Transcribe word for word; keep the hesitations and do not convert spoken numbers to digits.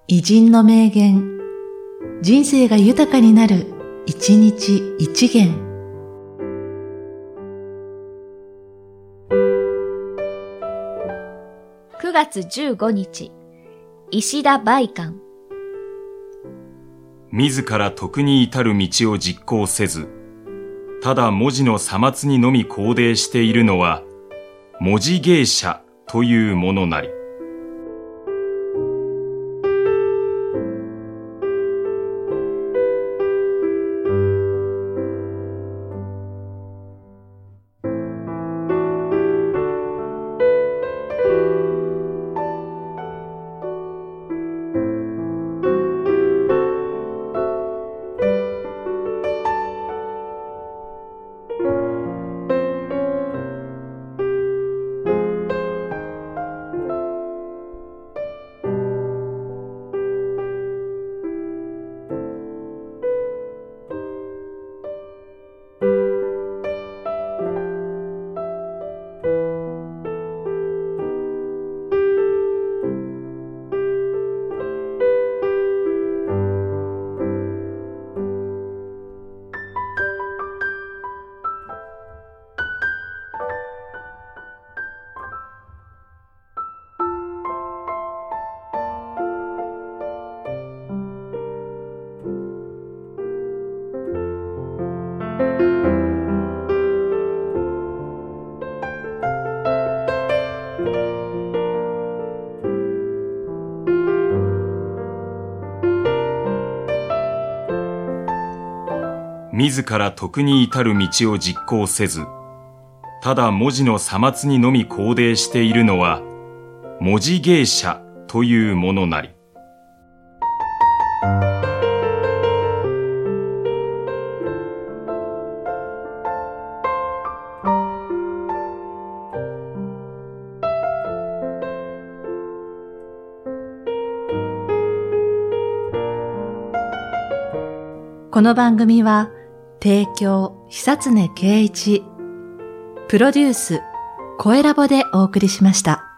偉人の名言、人生が豊かになる、一日一元。 くがつじゅうごにち、石田梅館。 自ら徳に至る道を実行せず、ただ文字の査末にのみ肯定しているのは、文字芸者というものなり。自ら徳に至る道を実行せず、ただ文字の査末にのみ肯定しているのは、文字芸者というものなり。 この番組は、提供、久常圭一、プロデュース、声ラボでお送りしました。